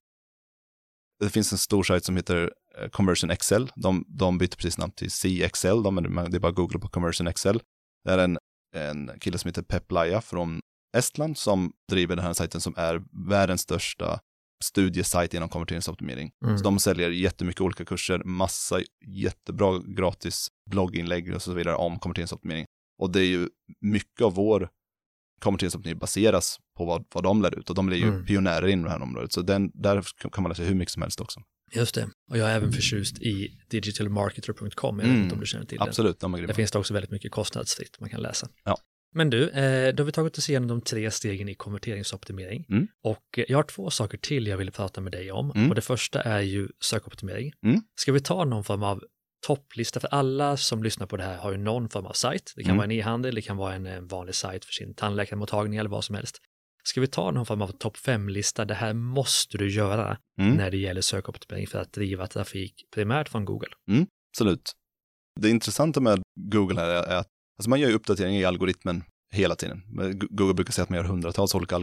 Speaker 2: det finns en stor sajt som heter Conversion Excel. De byter precis namn till CXL, det är bara att googla på Conversion Excel. Det är en kille som heter Pep Laja från Estland som driver den här sajten, som är världens största studiesajt inom konverteringsoptimering. Så de säljer jättemycket olika kurser, massa jättebra gratis blogginlägg och så vidare om konverteringsoptimering. Och det är ju mycket av vår konverteringsoptimering baseras på vad de lär ut, och de är ju pionjärer inom det här området. Så där kan man läsa hur mycket som helst också. Just det.
Speaker 1: Och jag är även förtjust i digitalmarketer.com, jag vet inte om du känner till det.
Speaker 2: Absolut.
Speaker 1: Där finns det också väldigt mycket kostnadsfritt man kan läsa.
Speaker 2: Ja.
Speaker 1: Men du, då har vi tagit oss igenom de 3 stegen i konverteringsoptimering. Och jag har 2 saker till jag vill prata med dig om. Och det första är ju sökoptimering. Ska vi ta någon form av topplista? För alla som lyssnar på det här har ju någon form av sajt. Det kan vara en e-handel, det kan vara en vanlig sajt för sin tandläkarmottagning eller vad som helst. Ska vi ta någon form av topp 5-lista? Det här måste du göra när det gäller sökoptimering för att driva trafik primärt från Google.
Speaker 2: Absolut. Det intressanta med Google här är att alltså man gör ju uppdateringar i algoritmen hela tiden. Google brukar säga att man gör hundratals olika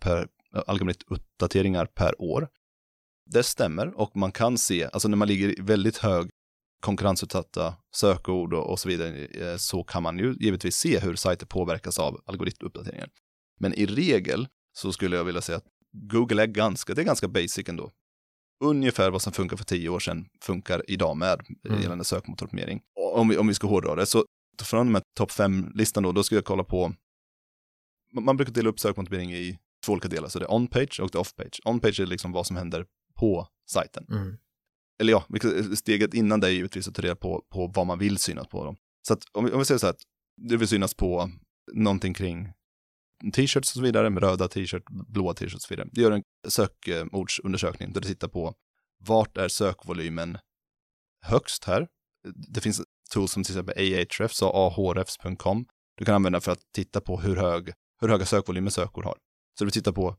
Speaker 2: algoritmuppdateringar per år. Det stämmer, och man kan se, alltså när man ligger i väldigt hög konkurrensutsatta sökord och så vidare, så kan man ju givetvis se hur sajter påverkas av algoritmuppdateringar. Men i regel så skulle jag vilja säga att Google är ganska basic ändå. Ungefär vad som funkar för 10 år sedan funkar idag med gällande sökmotoroptimering. Om vi ska hårdra det, så från med topp 5-listan då ska jag kolla på, man brukar dela upp sökmotoroptimering i 2 olika delar, så det är on-page och det off-page. On-page är liksom vad som händer på sajten. Eller ja, steget innan det är givetvis att ta reda på vad man vill synas på dem. Så att om vi säger så här, att det vill synas på någonting kring t-shirts och så vidare, med röda t-shirt, blåa t-shirts och så vidare. Det gör en sökordsundersökning där du tittar på vart är sökvolymen högst här. Det finns tools som till exempel Ahrefs och ahrefs.com. Du kan använda för att titta på hur höga sökvolymer sökord har. Så du tittar på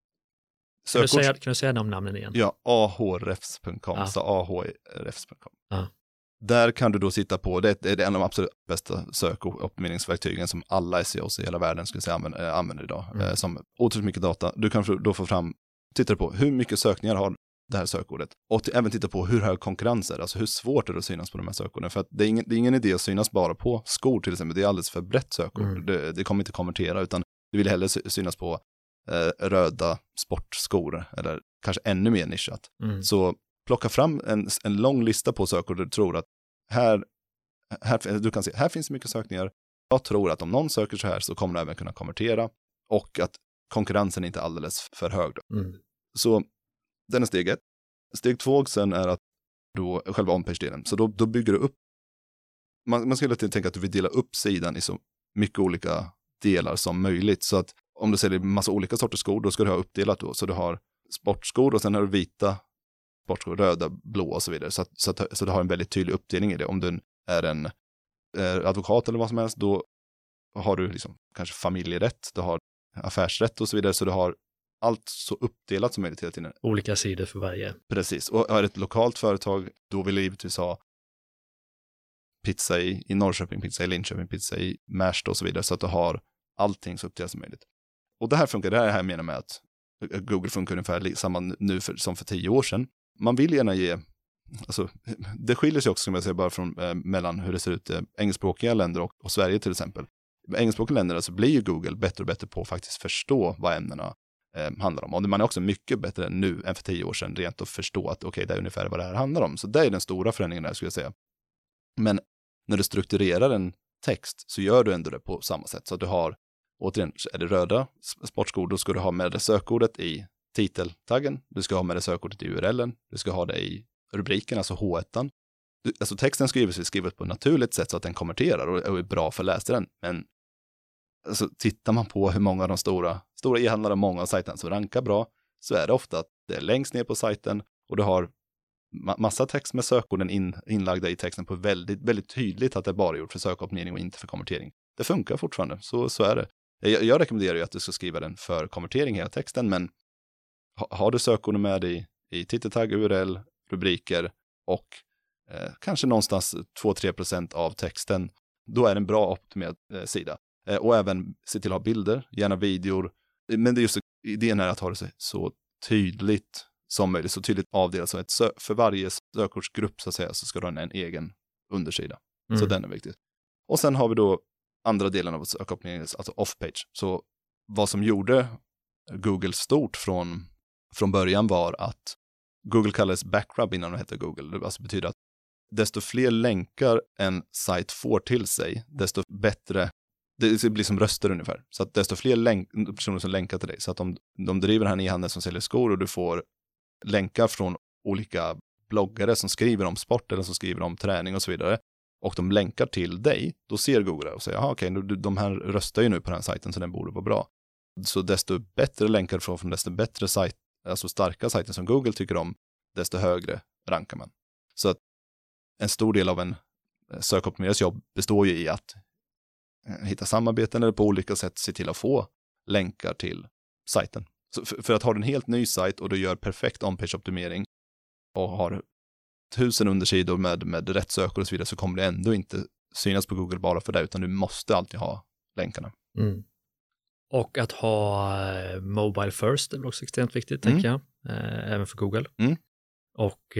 Speaker 2: sökord.
Speaker 1: Kan du säga de namnen igen?
Speaker 2: Ja, ahrefs.com. Så ahrefs.com. Där kan du då sitta på, det är en av de absolut bästa sökoptimeringsverktygen som alla SEOs i hela världen skulle säga använder idag. Som otroligt mycket data. Du kan då få fram, titta på hur mycket sökningar har det här sökordet. Och även titta på hur hög konkurrens är, alltså hur svårt är det att synas på de här sökorden. För att det är ingen idé att synas bara på skor till exempel. Det är alldeles för brett sökord. Det kommer inte konvertera, utan du vill hellre synas på röda sportskor eller kanske ännu mer nischat. Så plocka fram en lång lista på sökord där du tror att du kan se, här finns mycket sökningar. Jag tror att om någon söker så här så kommer det även kunna konvertera, och att konkurrensen är inte alldeles för hög då. Så den är steg 1. Steg 2 sen är att då själva on-page-delen. Så då bygger du upp man skulle tänka att du vill dela upp sidan i så mycket olika delar som möjligt. Så att om du säljer massa olika sorters skor, då ska du ha uppdelat då. Så du har sportskor och sen har du vita sportskor, röda, blå och så vidare. Så du har en väldigt tydlig uppdelning i det. Om du är en advokat eller vad som helst, då har du liksom kanske familjerätt, du har affärsrätt och så vidare. Så du har allt så uppdelat som möjligt hela tiden.
Speaker 1: Olika sidor för varje.
Speaker 2: Precis. Och är det ett lokalt företag, då vill du givetvis ha pizza i Norrköping, pizza i Linköping, pizza i Märsta och så vidare. Så att du har allting så uppdelat som möjligt. Och det här jag menar med att Google funkar ungefär samma nu som för 10 år sedan. Man vill gärna ge, alltså det skiljer sig också som jag säger bara från mellan hur det ser ut i engelskspråkiga länder och Sverige till exempel. I engelskspråkiga länder så blir ju Google bättre och bättre på att faktiskt förstå vad ämnena handlar om. Och man är också mycket bättre nu än för 10 år sedan rent att förstå att okej, det är ungefär vad det här handlar om. Så det är den stora förändringen där skulle jag säga. Men när du strukturerar en text så gör du ändå det på samma sätt. Så att du har, återigen, är det röda sportskor, då ska du ha med det sökordet i titeltaggen. Du ska ha med det sökordet i URLen. Du ska ha det i rubriken, alltså H1. Alltså texten ska givetvis skrivas på ett naturligt sätt så att den konverterar och är bra för läsaren. Men alltså, tittar man på hur många av de stora e-handlare, många av sajterna som rankar bra, så är det ofta att det är längst ner på sajten och du har massa text med sökorden inlagda i texten på väldigt, väldigt tydligt att det är bara gjort för sökoptimering och inte för konvertering. Det funkar fortfarande, så är det. Jag rekommenderar ju att du ska skriva den för konvertering hela texten, men har du sökorden med i titeltagg, URL, rubriker och kanske någonstans 2-3% av texten, då är det en bra optimerad sida. Och även se till att ha bilder, gärna videor. Men det är just idén är att ha det så tydligt som möjligt, så tydligt avdelat. Så för varje sökordsgrupp så att säga, så ska du ha en egen undersida. Så den är viktig. Och sen har vi då andra delen av sökoptimeringen, alltså off-page. Så vad som gjorde Google stort från början var att Google kallades backrub innan de hette Google. Det alltså betyder att desto fler länkar en sajt får till sig, desto bättre. Det blir som röster ungefär. Så att desto fler personer som länkar till dig. Så att om de driver här e-handeln som säljer skor och du får länkar från olika bloggare som skriver om sport eller som skriver om träning och så vidare. Och de länkar till dig, då ser Google det och säger, okej, de här röstar ju nu på den här sajten så den borde vara bra. Så desto bättre länkar från desto bättre sajt, alltså starka sajter som Google tycker om, desto högre rankar man. Så att en stor del av en sökoptimerares jobb består ju i att hitta samarbeten eller på olika sätt se till att få länkar till sajten. Så för att ha en helt ny sajt och du gör perfekt on-page-optimering och har 1000 undersidor med rätt sökord och så vidare, så kommer det ändå inte synas på Google bara för det, utan du måste alltid ha länkarna.
Speaker 1: Mm. Och att ha mobile first är också extremt viktigt, tänker jag, även för Google. Och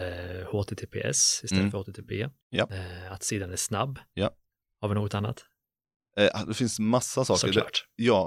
Speaker 1: HTTPS istället för HTTP.
Speaker 2: Ja.
Speaker 1: Att sidan är snabb.
Speaker 2: Ja.
Speaker 1: Har vi något annat?
Speaker 2: Det finns massa saker.
Speaker 1: Såklart.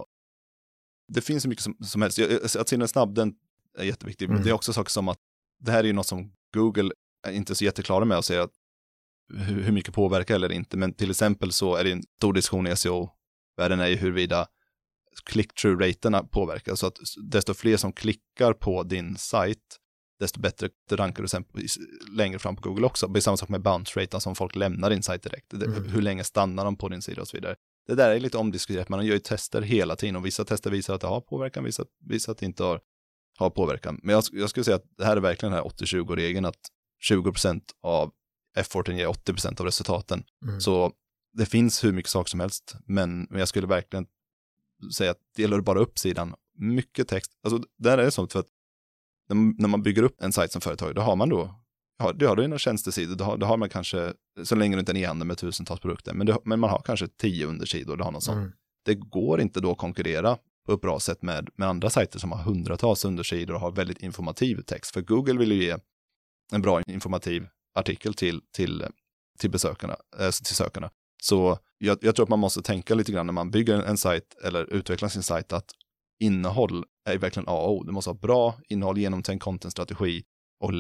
Speaker 2: Det finns så mycket som helst. Att sidan är snabb, den är jätteviktig. Men det är också saker som att det här är ju något som Google är inte så jätteklara med att säga att hur mycket påverkar eller inte. Men till exempel så är det en stor diskussion i SEO-världen är ju huruvida click-through-raterna påverkar. Så att desto fler som klickar på din sajt, desto bättre rankar du sen längre fram på Google också. Det är samma sak med bounce rate, alltså om folk lämnar din sajt direkt. Hur länge stannar de på din sida och så vidare. Det där är lite omdiskuterat. Man gör ju tester hela tiden och vissa tester visar att det har påverkan, vissa att det inte har påverkan. Men jag skulle säga att det här är verkligen den här 80-20-regeln, att 20% av efforten ger 80% av resultaten. Så det finns hur mycket saker som helst, men jag skulle verkligen säga att delar bara upp sidan. Mycket text. Alltså där är det sånt för att när man bygger upp en sajt som företag, då har man du har en tjänstesida, då har man kanske, så länge du inte är en e-handel med tusentals produkter, men man har kanske 10 undersidor, det har något sånt. Det går inte då att konkurrera på ett bra sätt med andra sajter som har hundratals undersidor och har väldigt informativ text. För Google vill ju ge en bra informativ artikel till besökarna, till sökarna. Så jag tror att man måste tänka lite grann när man bygger en sajt eller utvecklar sin sajt, att innehåll är verkligen A och O. Du måste ha bra innehåll, genomtänkt content-strategi och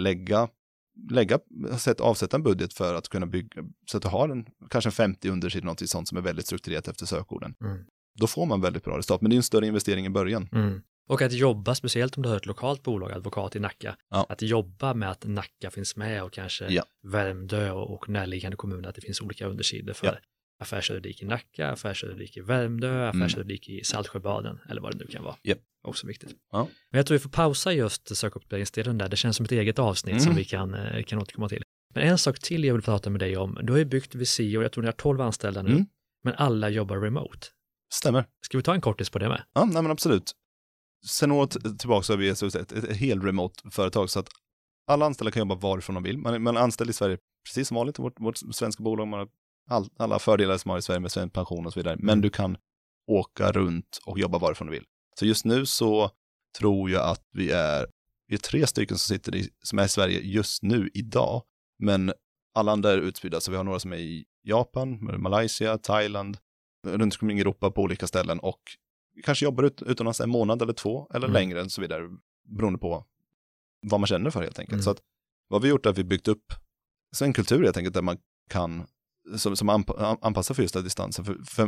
Speaker 2: avsätta en budget för att kunna bygga, så att du har kanske en 50 undersidor, något sånt som är väldigt strukturerat efter sökorden. Då får man väldigt bra resultat, men det är en större investering i början.
Speaker 1: Och att jobba, speciellt om du har ett lokalt bolag, advokat i Nacka, att jobba med att Nacka finns med och kanske Värmdö och närliggande kommuner, att det finns olika undersidor för affärsjuridik i Nacka, affärsjuridik i Värmdö, affärsjuridik i Saltsjöbaden eller vad det nu kan vara. Också viktigt. Men jag tror vi får pausa just sökoptimeringsdelen där. Det känns som ett eget avsnitt som vi kan återkomma till. Men en sak till jag vill prata med dig om. Du har ju byggt Visio och jag tror ni har 12 anställda nu, men alla jobbar remote.
Speaker 2: Stämmer.
Speaker 1: Ska vi ta en kortis på det med?
Speaker 2: Ja, nej men absolut. Sen året tillbaka så har vi ett helt remote företag så att alla anställda kan jobba varifrån de vill. Man är anställd i Sverige precis som vanligt. Vårt svenska bolag, man har alla fördelar som har i Sverige med svensk pension och så vidare. Men du kan åka runt och jobba varifrån du vill. Så just nu så tror jag att vi är 3 stycken som är i Sverige just nu idag. Men alla andra är utspridda. Så vi har några som är i Japan, Malaysia, Thailand, runt omkring Europa på olika ställen och kanske jobbar utomlands en månad eller 2 eller längre och så vidare, beroende på vad man känner för helt enkelt. Så att vad vi gjort är att vi byggt upp en kultur helt enkelt där man kan som anpassar för just den distansen. För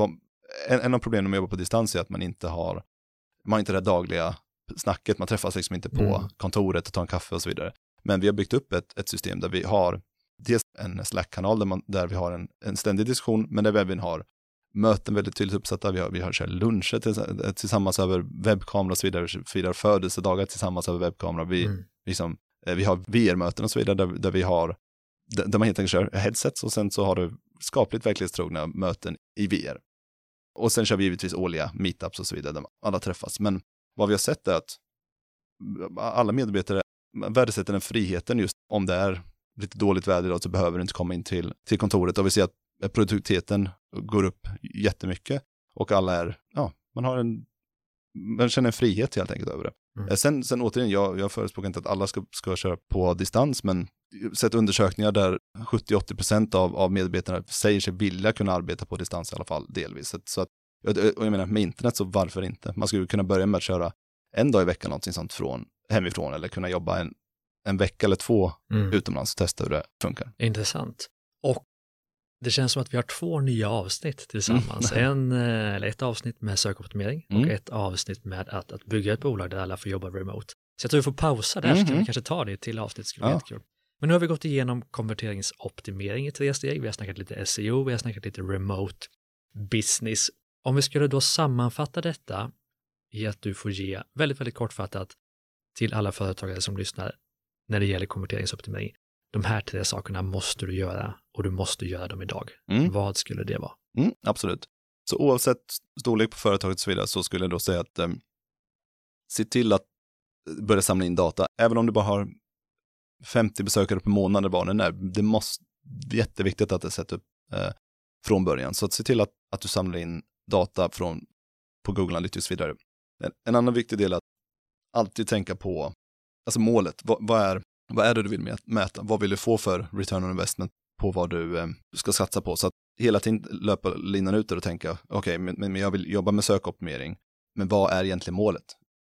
Speaker 2: en av problemen med att jobba på distans är att man inte har det dagliga snacket, man träffas liksom inte på kontoret och tar en kaffe och så vidare. Men vi har byggt upp ett system där vi har dels en Slack-kanal där vi har en ständig diskussion, men där vi även har möten väldigt tydligt uppsatta. Vi har luncher tillsammans över webbkamera och så vidare. Vi firar födelsedagar tillsammans över webbkamera. Vi har VR-möten och så vidare där vi har där man helt enkelt kör headsets och sen så har du skapligt verklighetstrogna möten i VR. Och sen kör vi givetvis årliga meetups och så vidare där alla träffas. Men vad vi har sett är att alla medarbetare värdesätter den friheten just om det är lite dåligt väder då, så behöver du inte komma in till kontoret. Och vi ser att produktiviteten går upp jättemycket och alla är, man känner en frihet helt enkelt över det. Sen återigen, jag förespråkar inte att alla ska köra på distans, men sett undersökningar där 70-80% av medarbetarna säger sig vilja kunna arbeta på distans i alla fall delvis. Så att, och jag menar med internet så varför inte? Man skulle kunna börja med att köra en dag i veckan någonting sånt hemifrån eller kunna jobba en vecka eller 2 utomlands och testa hur det funkar.
Speaker 1: Intressant. Och det känns som att vi har 2 nya avsnitt tillsammans. Ett avsnitt med sökoptimering och ett avsnitt med att bygga ett bolag där alla får jobba remote. Så jag tror vi får pausa där så kan vi kanske ta det till avsnitt. Skulle vara jättekul. Men nu har vi gått igenom konverteringsoptimering i 3 steg. Vi har snackat lite SEO, vi har snackat lite remote business. Om vi skulle då sammanfatta detta i att du får ge väldigt, väldigt kortfattat till alla företagare som lyssnar när det gäller konverteringsoptimering. De här 3 sakerna måste du göra och du måste göra dem idag. Vad skulle det vara?
Speaker 2: Absolut. Så oavsett storlek på företaget och så vidare så skulle jag då säga att se till att börja samla in data. Även om du bara har 50 besökare per månad eller vad det är. Det är jätteviktigt att det sätts upp från början. Så att se till att du samlar in data på Google Analytics och så vidare. En annan viktig del är att alltid tänka på alltså målet. Vad är det du vill mäta? Vad vill du få för return on investment på vad du ska satsa på? Så att hela tiden löpa linan ut och tänka okej, men jag vill jobba med sökoptimering. Men vad är egentligen målet?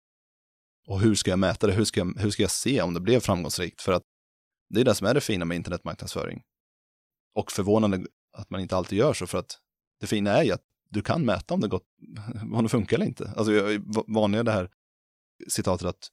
Speaker 2: Och hur ska jag mäta det? Hur ska jag se om det blev framgångsrikt? För att det är det som är det fina med internetmarknadsföring. Och förvånande att man inte alltid gör så, för att det fina är ju att du kan mäta om det funkar eller inte. Alltså vanliga det här citatet att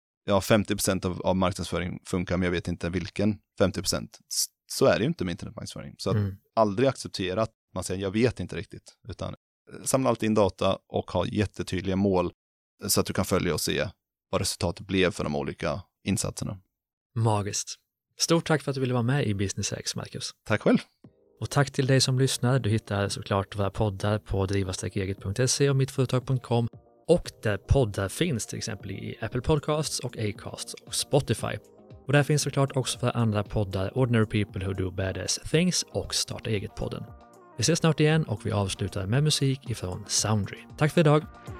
Speaker 2: 50% av marknadsföring funkar, men jag vet inte vilken 50%. Så är det ju inte med internetmarknadsföring. Så att aldrig acceptera att man säger jag vet inte riktigt, utan samla alltid in data och ha jättetydliga mål så att du kan följa och se vad resultatet blev för de olika insatserna.
Speaker 1: Magiskt. Stort tack för att du ville vara med i Business X, Marcus.
Speaker 2: Tack själv.
Speaker 1: Och tack till dig som lyssnar. Du hittar såklart våra poddar på driva-eget.se och mittföretag.com. Och där poddar finns, till exempel i Apple Podcasts och Acasts och Spotify. Och där finns såklart också för andra poddar, Ordinary People Who Do Badass Things och Starta Eget-podden. Vi ses snart igen och vi avslutar med musik ifrån Soundry. Tack för idag!